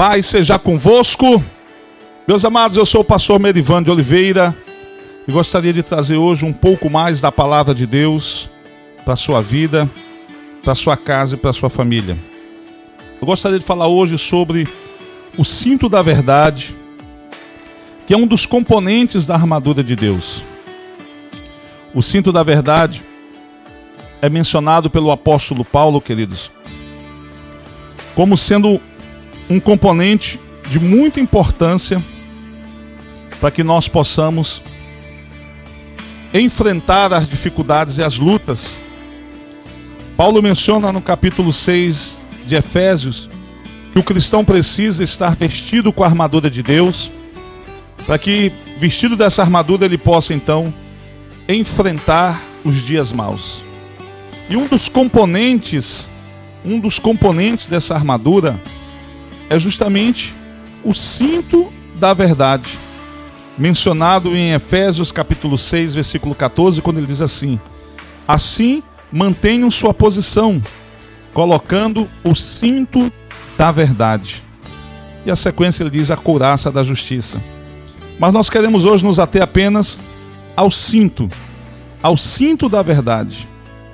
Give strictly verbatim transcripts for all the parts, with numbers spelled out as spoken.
Paz seja convosco. Meus amados, eu sou o pastor Merivan de Oliveira e gostaria de trazer hoje um pouco mais da palavra de Deus para a sua vida, para a sua casa e para a sua família. Eu gostaria de falar hoje sobre o cinto da verdade, que é um dos componentes da armadura de Deus. O cinto da verdade é mencionado pelo apóstolo Paulo, queridos, como sendo um componente de muita importância para que nós possamos enfrentar as dificuldades e as lutas. Paulo menciona no capítulo seis de Efésios que o cristão precisa estar vestido com a armadura de Deus, para que, vestido dessa armadura, ele possa então enfrentar os dias maus. E um dos componentes, um dos componentes dessa armadura é justamente o cinto da verdade, mencionado em Efésios capítulo seis, versículo catorze, quando ele diz assim: assim mantenham sua posição, colocando o cinto da verdade. E a sequência ele diz: a couraça da justiça. Mas nós queremos hoje nos ater apenas ao cinto, ao cinto da verdade.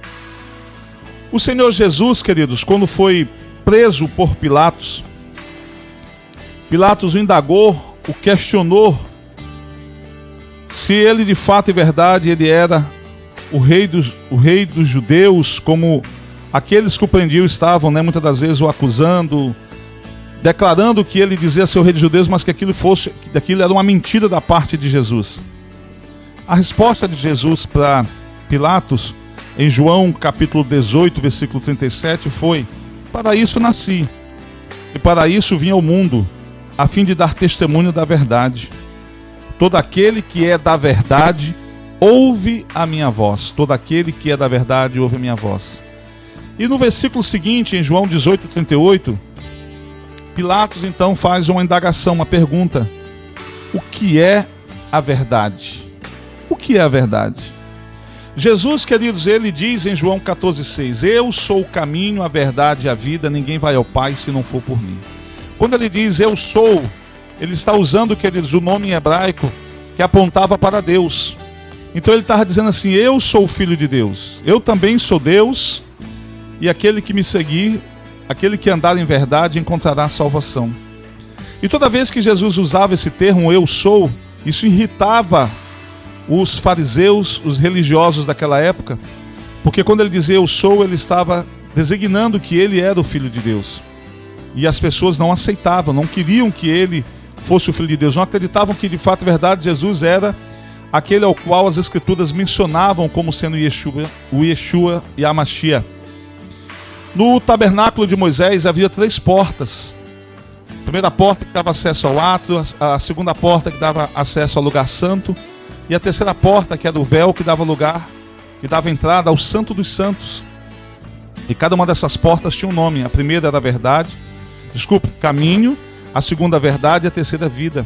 O Senhor Jesus, queridos, quando foi preso por Pilatos, Pilatos o indagou, o questionou se ele de fato e verdade ele era o rei dos, o rei dos judeus, como aqueles que o prendiam estavam, né, muitas das vezes o acusando, declarando que ele dizia ser o rei dos judeus, mas que aquilo fosse, que aquilo era uma mentira da parte de Jesus. A resposta de Jesus para Pilatos, em João capítulo dezoito, versículo trinta e sete, foi: para isso nasci, e para isso vim ao mundo, a fim de dar testemunho da verdade. Todo aquele que é da verdade, ouve a minha voz. Todo aquele que é da verdade, ouve a minha voz. E no versículo seguinte, em João dezoito, trinta e oito, Pilatos então faz uma indagação, uma pergunta: o que é a verdade? O que é a verdade? Jesus, queridos, ele diz em João catorze, seis: eu sou o caminho, a verdade e a vida, ninguém vai ao Pai se não for por mim. Quando ele diz eu sou, ele está usando, queridos, o nome em hebraico que apontava para Deus. Então ele estava dizendo assim: eu sou o Filho de Deus, eu também sou Deus, e aquele que me seguir, aquele que andar em verdade, encontrará salvação. E toda vez que Jesus usava esse termo eu sou, isso irritava os fariseus, os religiosos daquela época, porque quando ele dizia eu sou, ele estava designando que ele era o Filho de Deus. E as pessoas não aceitavam, não queriam que ele fosse o Filho de Deus, não acreditavam que de fato e verdade Jesus era aquele ao qual as Escrituras mencionavam como sendo Yeshua, o Yeshua e a Mashiach. No tabernáculo de Moisés havia três portas. A primeira porta que dava acesso ao átrio, a segunda porta que dava acesso ao lugar santo, e a terceira porta, que era o véu, que dava lugar, que dava entrada ao Santo dos Santos. E cada uma dessas portas tinha um nome. A primeira era a verdade, desculpe, caminho, a segunda a verdade e a terceira vida.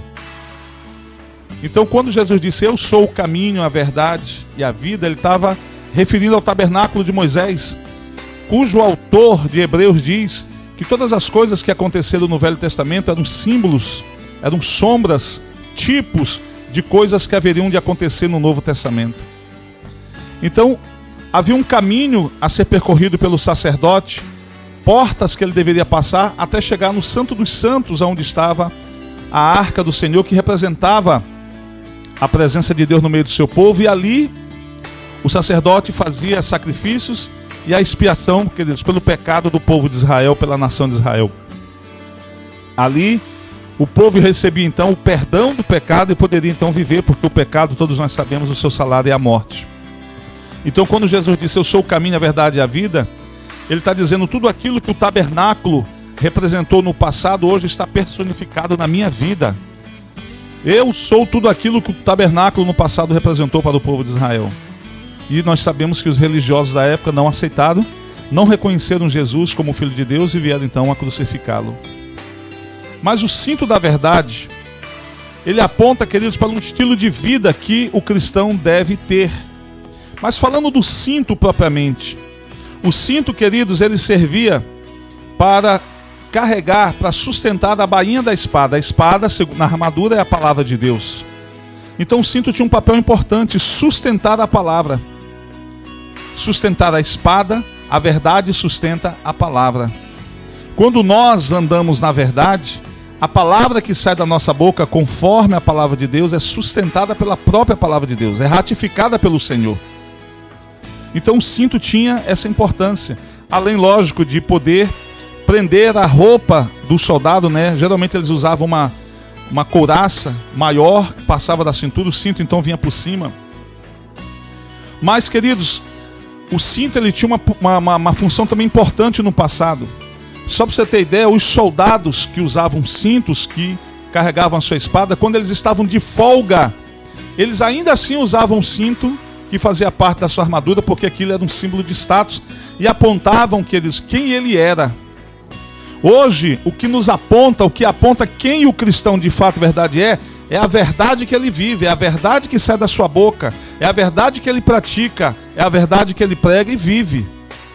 Então quando Jesus disse eu sou o caminho, a verdade e a vida, ele estava referindo ao tabernáculo de Moisés, cujo autor de Hebreus diz que todas as coisas que aconteceram no Velho Testamento eram símbolos, eram sombras, tipos de coisas que haveriam de acontecer no Novo Testamento. Então havia um caminho a ser percorrido pelo sacerdote, portas que ele deveria passar até chegar no Santo dos Santos, onde estava a Arca do Senhor, que representava a presença de Deus no meio do seu povo, e ali o sacerdote fazia sacrifícios e a expiação, queridos, pelo pecado do povo de Israel, pela nação de Israel. Ali o povo recebia então o perdão do pecado e poderia então viver, porque o pecado, todos nós sabemos, o seu salário é a morte. Então quando Jesus disse eu sou o caminho, a verdade e a vida, ele está dizendo tudo aquilo que o tabernáculo representou no passado, hoje está personificado na minha vida. Eu sou tudo aquilo que o tabernáculo no passado representou para o povo de Israel. E nós sabemos que os religiosos da época não aceitaram, não reconheceram Jesus como Filho de Deus e vieram então a crucificá-lo. Mas o cinto da verdade, ele aponta, queridos, para um estilo de vida que o cristão deve ter. Mas falando do cinto propriamente, o cinto, queridos, ele servia para carregar, para sustentar a bainha da espada. A espada, na armadura, é a palavra de Deus. Então o cinto tinha um papel importante, sustentar a palavra. Sustentar a espada, a verdade sustenta a palavra. Quando nós andamos na verdade, a palavra que sai da nossa boca, conforme a palavra de Deus, é sustentada pela própria palavra de Deus, é ratificada pelo Senhor. Então o cinto tinha essa importância, além, lógico, de poder prender a roupa do soldado, né? Geralmente eles usavam uma, uma couraça maior, que passava da cintura, o cinto então vinha por cima. Mas, queridos, o cinto ele tinha uma, uma, uma função também importante no passado. Só para você ter ideia, os soldados que usavam cintos, que carregavam a sua espada, quando eles estavam de folga, eles ainda assim usavam cinto que fazia parte da sua armadura, porque aquilo era um símbolo de status, e apontavam que eles, quem ele era. Hoje, o que nos aponta, o que aponta quem o cristão de fato e verdade é, é a verdade que ele vive, é a verdade que sai da sua boca, é a verdade que ele pratica, é a verdade que ele prega e vive.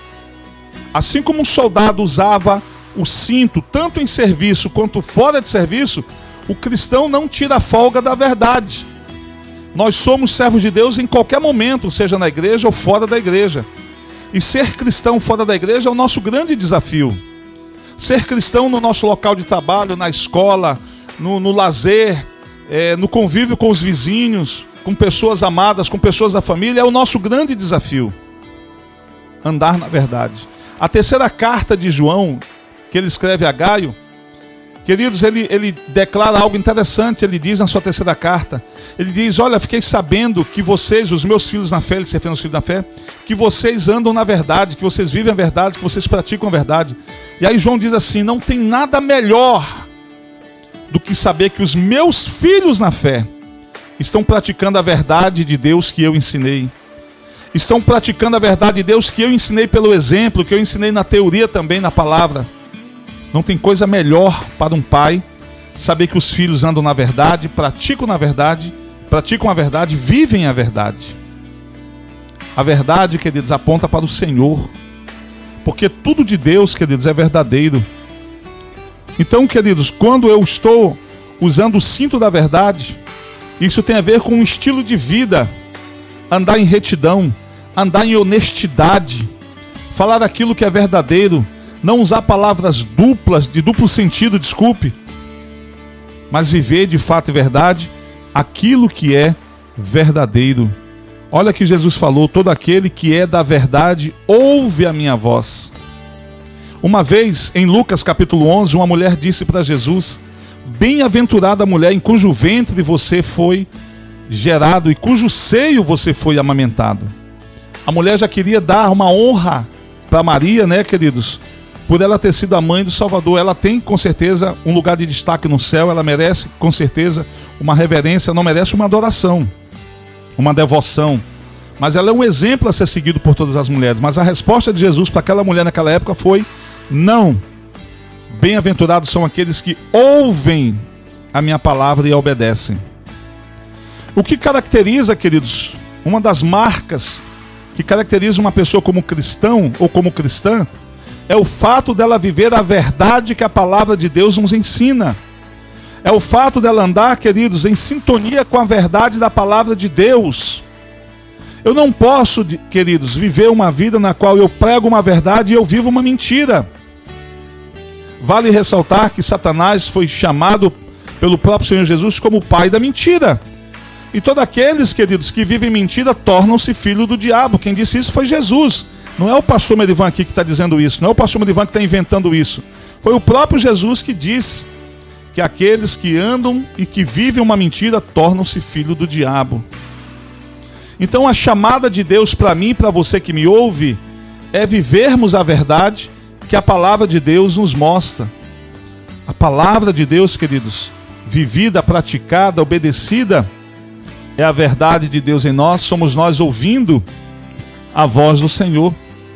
Assim como um soldado usava o cinto, tanto em serviço quanto fora de serviço, o cristão não tira folga da verdade. Nós somos servos de Deus em qualquer momento, seja na igreja ou fora da igreja. E ser cristão fora da igreja é o nosso grande desafio. Ser cristão no nosso local de trabalho, na escola, no, no lazer, é, no convívio com os vizinhos, com pessoas amadas, com pessoas da família, é o nosso grande desafio. Andar na verdade. A terceira carta de João, que ele escreve a Gaio, queridos, ele, ele declara algo interessante. Ele diz na sua terceira carta, ele diz: olha, fiquei sabendo que vocês, os meus filhos na fé, ele se refere aos filhos na fé, que vocês andam na verdade, que vocês vivem a verdade, que vocês praticam a verdade. E aí João diz assim: não tem nada melhor do que saber que os meus filhos na fé estão praticando a verdade de Deus que eu ensinei. Estão praticando a verdade de Deus que eu ensinei pelo exemplo, que eu ensinei na teoria também, na palavra. Não tem coisa melhor para um pai saber que os filhos andam na verdade, praticam na verdade, praticam a verdade, vivem a verdade. A verdade, queridos, aponta para o Senhor, porque tudo de Deus, queridos, é verdadeiro. Então, queridos, quando eu estou usando o cinto da verdade, isso tem a ver com um estilo de vida, andar em retidão, andar em honestidade, falar aquilo que é verdadeiro, não usar palavras duplas, de duplo sentido, desculpe, mas viver de fato e verdade aquilo que é verdadeiro. Olha que Jesus falou: todo aquele que é da verdade ouve a minha voz. Uma vez, em Lucas capítulo onze, uma mulher disse para Jesus: bem-aventurada a mulher em cujo ventre você foi gerado e cujo seio você foi amamentado. A mulher já queria dar uma honra para Maria, né, queridos? Por ela ter sido a mãe do Salvador. Ela tem, com certeza, um lugar de destaque no céu. Ela merece, com certeza, uma reverência. Não merece uma adoração, uma devoção. Mas ela é um exemplo a ser seguido por todas as mulheres. Mas a resposta de Jesus para aquela mulher naquela época foi: não. Bem-aventurados são aqueles que ouvem a minha palavra e a obedecem. O que caracteriza, queridos, uma das marcas que caracteriza uma pessoa como cristão ou como cristã, é o fato dela viver a verdade que a palavra de Deus nos ensina. É o fato dela andar, queridos, em sintonia com a verdade da palavra de Deus. Eu não posso, queridos, viver uma vida na qual eu prego uma verdade e eu vivo uma mentira. Vale ressaltar que Satanás foi chamado pelo próprio Senhor Jesus como o pai da mentira. E todos aqueles, queridos, que vivem mentira tornam-se filhos do diabo. Quem disse isso foi Jesus. Não é o pastor Merivan aqui que está dizendo isso. Não é o pastor Merivan que está inventando isso. Foi o próprio Jesus que disse que aqueles que andam e que vivem uma mentira tornam-se filhos do diabo. Então a chamada de Deus para mim e para você que me ouve é vivermos a verdade que a palavra de Deus nos mostra. A palavra de Deus, queridos, vivida, praticada, obedecida, é a verdade de Deus em nós. Somos nós ouvindo a voz do Senhor.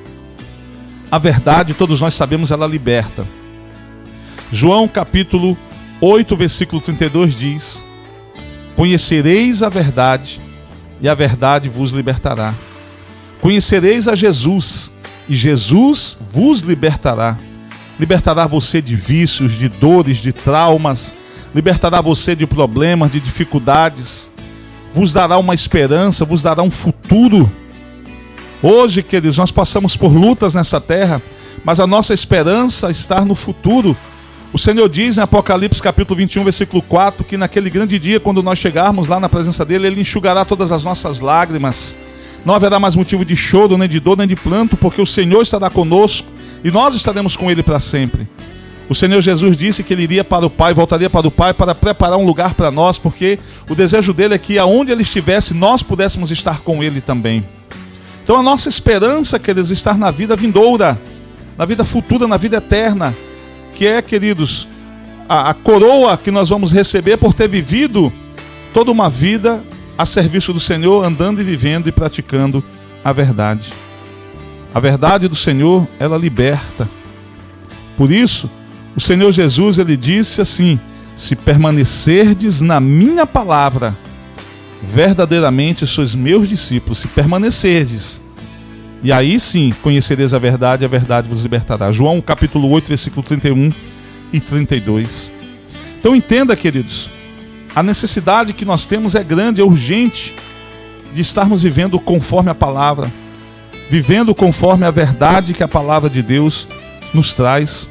A verdade, todos nós sabemos, ela liberta. João capítulo oito, versículo trinta e dois diz: conhecereis a verdade, e a verdade vos libertará. Conhecereis a Jesus, e Jesus vos libertará. libertará você de vícios, de dores, de traumas, libertará você de problemas, de dificuldades, vos dará uma esperança, vos dará um futuro. Hoje, queridos, nós passamos por lutas nessa terra, mas a nossa esperança está no futuro. O Senhor diz em Apocalipse capítulo vinte e um, versículo quatro, que naquele grande dia, quando nós chegarmos lá na presença dele, ele enxugará todas as nossas lágrimas. Não haverá mais motivo de choro, nem de dor, nem de planto, porque o Senhor estará conosco e nós estaremos com ele para sempre. O Senhor Jesus disse que ele iria para o Pai, voltaria para o Pai para preparar um lugar para nós, porque o desejo dele é que aonde ele estivesse, nós pudéssemos estar com ele também. Então a nossa esperança, queridos, estar na vida vindoura, na vida futura, na vida eterna, que é, queridos, a, a coroa que nós vamos receber por ter vivido toda uma vida a serviço do Senhor, andando e vivendo e praticando a verdade. A verdade do Senhor, ela liberta. Por isso, o Senhor Jesus, ele disse assim: se permanecerdes na minha palavra, verdadeiramente sois meus discípulos, se permanecerdes. E aí sim, conhecereis a verdade, e a verdade vos libertará. João capítulo oito, versículo trinta e um e trinta e dois. Então entenda, queridos, a necessidade que nós temos é grande, é urgente, de estarmos vivendo conforme a palavra, vivendo conforme a verdade que a palavra de Deus nos traz.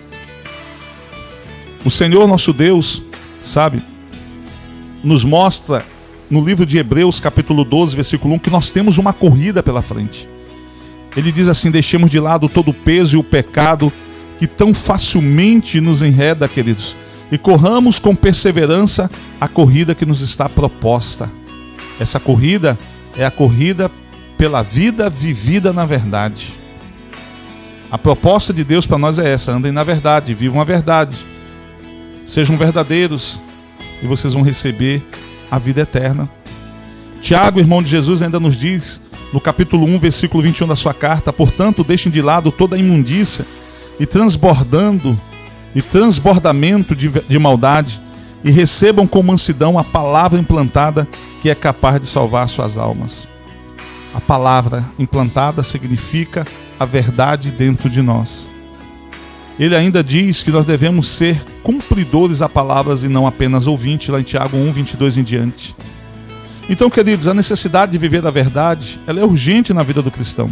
O Senhor nosso Deus, sabe, nos mostra no livro de Hebreus capítulo doze, versículo um, que nós temos uma corrida pela frente. Ele diz assim: deixemos de lado todo o peso e o pecado que tão facilmente nos enreda, queridos, e corramos com perseverança a corrida que nos está proposta. Essa corrida é a corrida pela vida vivida na verdade. A proposta de Deus para nós é essa: andem na verdade, vivam a verdade, sejam verdadeiros e vocês vão receber a vida eterna. Tiago, irmão de Jesus, ainda nos diz no capítulo um, versículo vinte e um da sua carta: portanto, deixem de lado toda a imundícia e transbordando e transbordamento de, de maldade, e recebam com mansidão a palavra implantada, que é capaz de salvar suas almas. A palavra implantada significa a verdade dentro de nós. Ele ainda diz que nós devemos ser cumpridores a palavras e não apenas ouvintes, lá em Tiago um, vinte e dois em diante. Então, queridos, a necessidade de viver a verdade, ela é urgente na vida do cristão.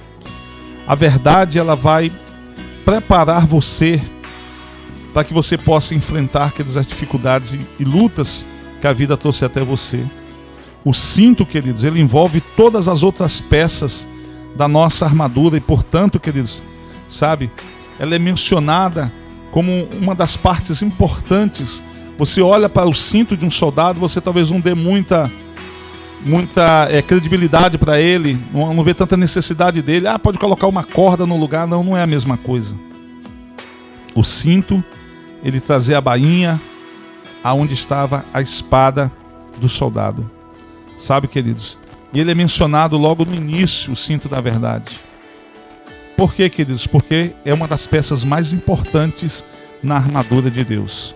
A verdade, ela vai preparar você para que você possa enfrentar aquelas dificuldades e, e lutas que a vida trouxe até você. O cinto, queridos, ele envolve todas as outras peças da nossa armadura e, portanto, queridos, sabe, ela é mencionada como uma das partes importantes. Você olha para o cinto de um soldado, você talvez não dê muita, muita é, credibilidade para ele, não, não vê tanta necessidade dele. Ah, pode colocar uma corda no lugar. Não, não é a mesma coisa. O cinto, ele trazia a bainha aonde estava a espada do soldado. Sabe, queridos? E ele é mencionado logo no início, o cinto da verdade. Por quê, queridos? Porque é uma das peças mais importantes na armadura de Deus.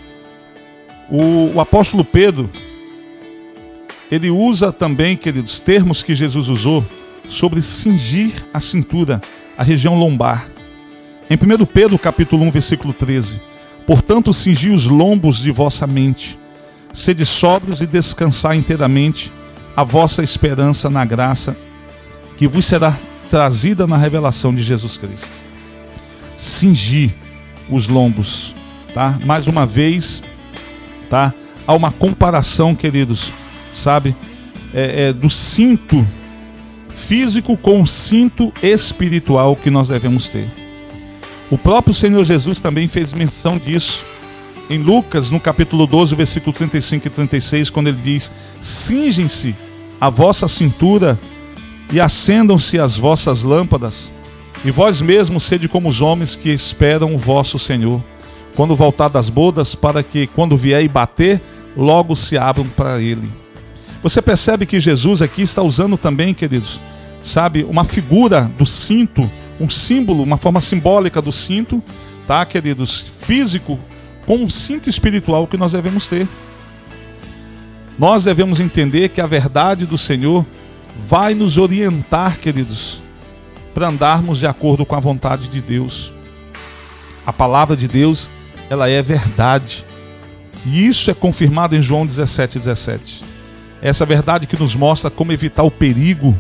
O, o apóstolo Pedro, ele usa também, queridos, termos que Jesus usou sobre cingir a cintura, a região lombar. Em primeiro Pedro, capítulo um, versículo treze. Portanto, cingi os lombos de vossa mente, sede sóbrios e descansai inteiramente a vossa esperança na graça que vos será trazida na revelação de Jesus Cristo. Cingir os lombos, tá? Mais uma vez, tá? Há uma comparação, queridos, sabe, é, é, do cinto físico com o cinto espiritual que nós devemos ter. O próprio Senhor Jesus também fez menção disso em Lucas, no capítulo doze, versículo trinta e cinco e trinta e seis, quando ele diz: cingem-se a vossa cintura e acendam-se as vossas lâmpadas, e vós mesmos sede como os homens que esperam o vosso Senhor, quando voltar das bodas, para que, quando vier e bater, logo se abram para ele. Você percebe que Jesus aqui está usando também, queridos, sabe, uma figura do cinto, um símbolo, uma forma simbólica do cinto, tá, queridos, físico, com um cinto espiritual que nós devemos ter. Nós devemos entender que a verdade do Senhor vai nos orientar, queridos, para andarmos de acordo com a vontade de Deus. A palavra de Deus, ela é verdade. E isso é confirmado em João dezessete, dezessete. Essa verdade que nos mostra como evitar o perigo.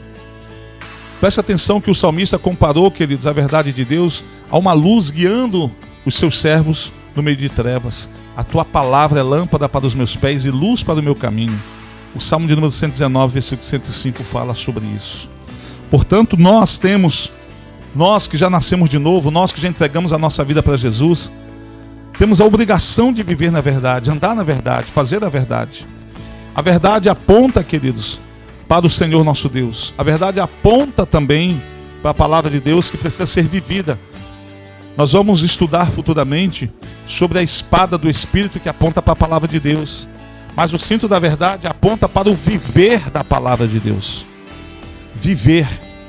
Preste atenção que o salmista comparou, queridos, a verdade de Deus a uma luz guiando os seus servos no meio de trevas. A tua palavra é lâmpada para os meus pés e luz para o meu caminho. O Salmo de número cento e dezenove, versículo cento e cinco fala sobre isso. Portanto, nós temos, nós que já nascemos de novo, nós que já entregamos a nossa vida para Jesus, temos a obrigação de viver na verdade, andar na verdade, fazer a verdade. A verdade aponta, queridos, para o Senhor nosso Deus. A verdade aponta também para a palavra de Deus que precisa ser vivida. Nós vamos estudar futuramente sobre a espada do Espírito que aponta para a palavra de Deus. Mas o cinto da verdade aponta para o viver da palavra de Deus. Viver.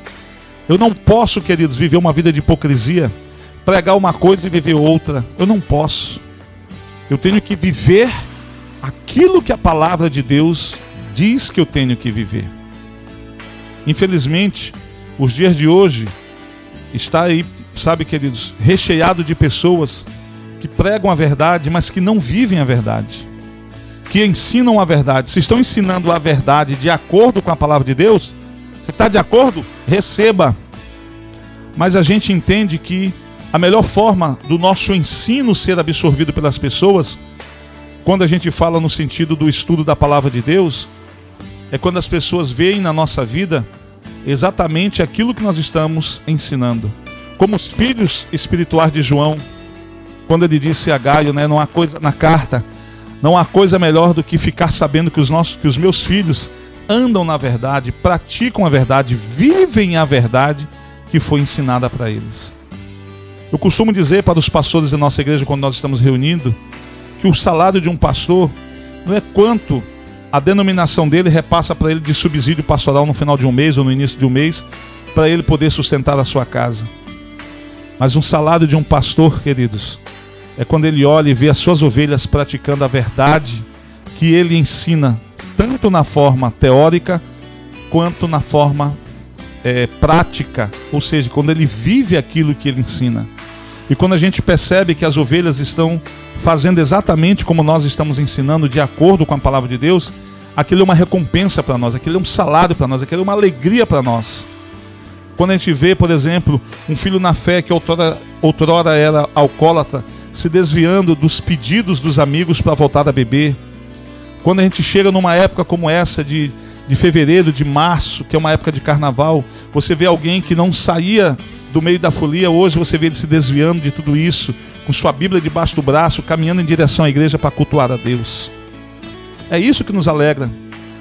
Eu não posso, queridos, viver uma vida de hipocrisia, pregar uma coisa e viver outra. Eu não posso. Eu tenho que viver aquilo que a palavra de Deus diz que eu tenho que viver. Infelizmente, os dias de hoje está aí, sabe, queridos, recheado de pessoas que pregam a verdade, mas que não vivem a verdade, que ensinam a verdade. Se estão ensinando a verdade de acordo com a palavra de Deus, você está de acordo? Receba. Mas a gente entende que a melhor forma do nosso ensino ser absorvido pelas pessoas, quando a gente fala no sentido do estudo da palavra de Deus, é quando as pessoas veem na nossa vida exatamente aquilo que nós estamos ensinando. Como os filhos espirituais de João, quando ele disse a Gaio, né, não há coisa na carta, não há coisa melhor do que ficar sabendo que os, nossos, que os meus filhos andam na verdade, praticam a verdade, vivem a verdade que foi ensinada para eles. Eu costumo dizer para os pastores da nossa igreja, quando nós estamos reunindo, que o salário de um pastor não é quanto a denominação dele repassa para ele de subsídio pastoral no final de um mês ou no início de um mês, para ele poder sustentar a sua casa. Mas um salário de um pastor, queridos, é quando ele olha e vê as suas ovelhas praticando a verdade que ele ensina, tanto na forma teórica quanto na forma é, prática, ou seja, quando ele vive aquilo que ele ensina. E quando a gente percebe que as ovelhas estão fazendo exatamente como nós estamos ensinando, de acordo com a palavra de Deus, aquilo é uma recompensa para nós, aquilo é um salário para nós, aquilo é uma alegria para nós. Quando a gente vê, por exemplo, um filho na fé que outrora, outrora era alcoólatra, se desviando dos pedidos dos amigos para voltar a beber. Quando a gente chega numa época como essa de, de fevereiro, de março, que é uma época de carnaval, você vê alguém que não saía do meio da folia, hoje você vê ele se desviando de tudo isso, com sua Bíblia debaixo do braço, caminhando em direção à igreja para cultuar a Deus. É isso que nos alegra.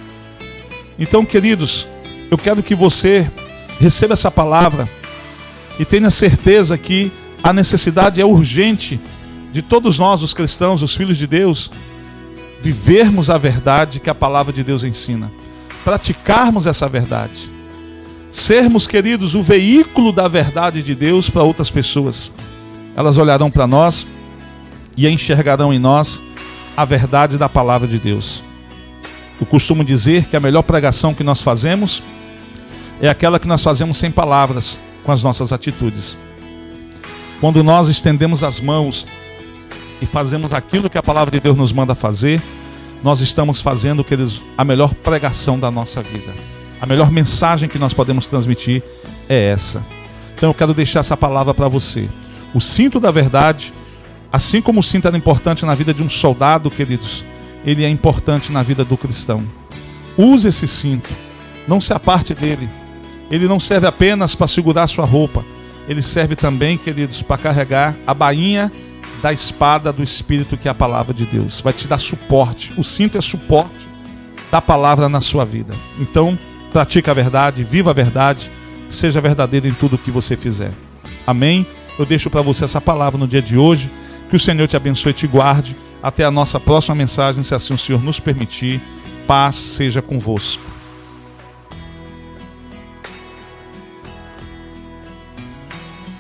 Então, queridos, eu quero que você receba essa palavra e tenha certeza que a necessidade é urgente de todos nós, os cristãos, os filhos de Deus, vivermos a verdade que a palavra de Deus ensina, praticarmos essa verdade, sermos, queridos, o veículo da verdade de Deus para outras pessoas. Elas olharão para nós e enxergarão em nós a verdade da palavra de Deus. Eu costumo dizer que a melhor pregação que nós fazemos é aquela que nós fazemos sem palavras, com as nossas atitudes. Quando nós estendemos as mãos e fazemos aquilo que a palavra de Deus nos manda fazer, nós estamos fazendo, queridos, a melhor pregação da nossa vida. A melhor mensagem que nós podemos transmitir é essa. Então eu quero deixar essa palavra para você. O cinto da verdade, assim como o cinto era importante na vida de um soldado, queridos, ele é importante na vida do cristão. Use esse cinto, não se aparte dele. Ele não serve apenas para segurar a sua roupa, ele serve também, queridos, para carregar a bainha da espada do Espírito, que é a palavra de Deus. Vai te dar suporte. O cinto é suporte da palavra na sua vida. Então, pratique a verdade, viva a verdade, seja verdadeiro em tudo o que você fizer. Amém? Eu deixo para você essa palavra no dia de hoje. Que o Senhor te abençoe e te guarde. Até a nossa próxima mensagem, se assim o Senhor nos permitir. Paz seja convosco.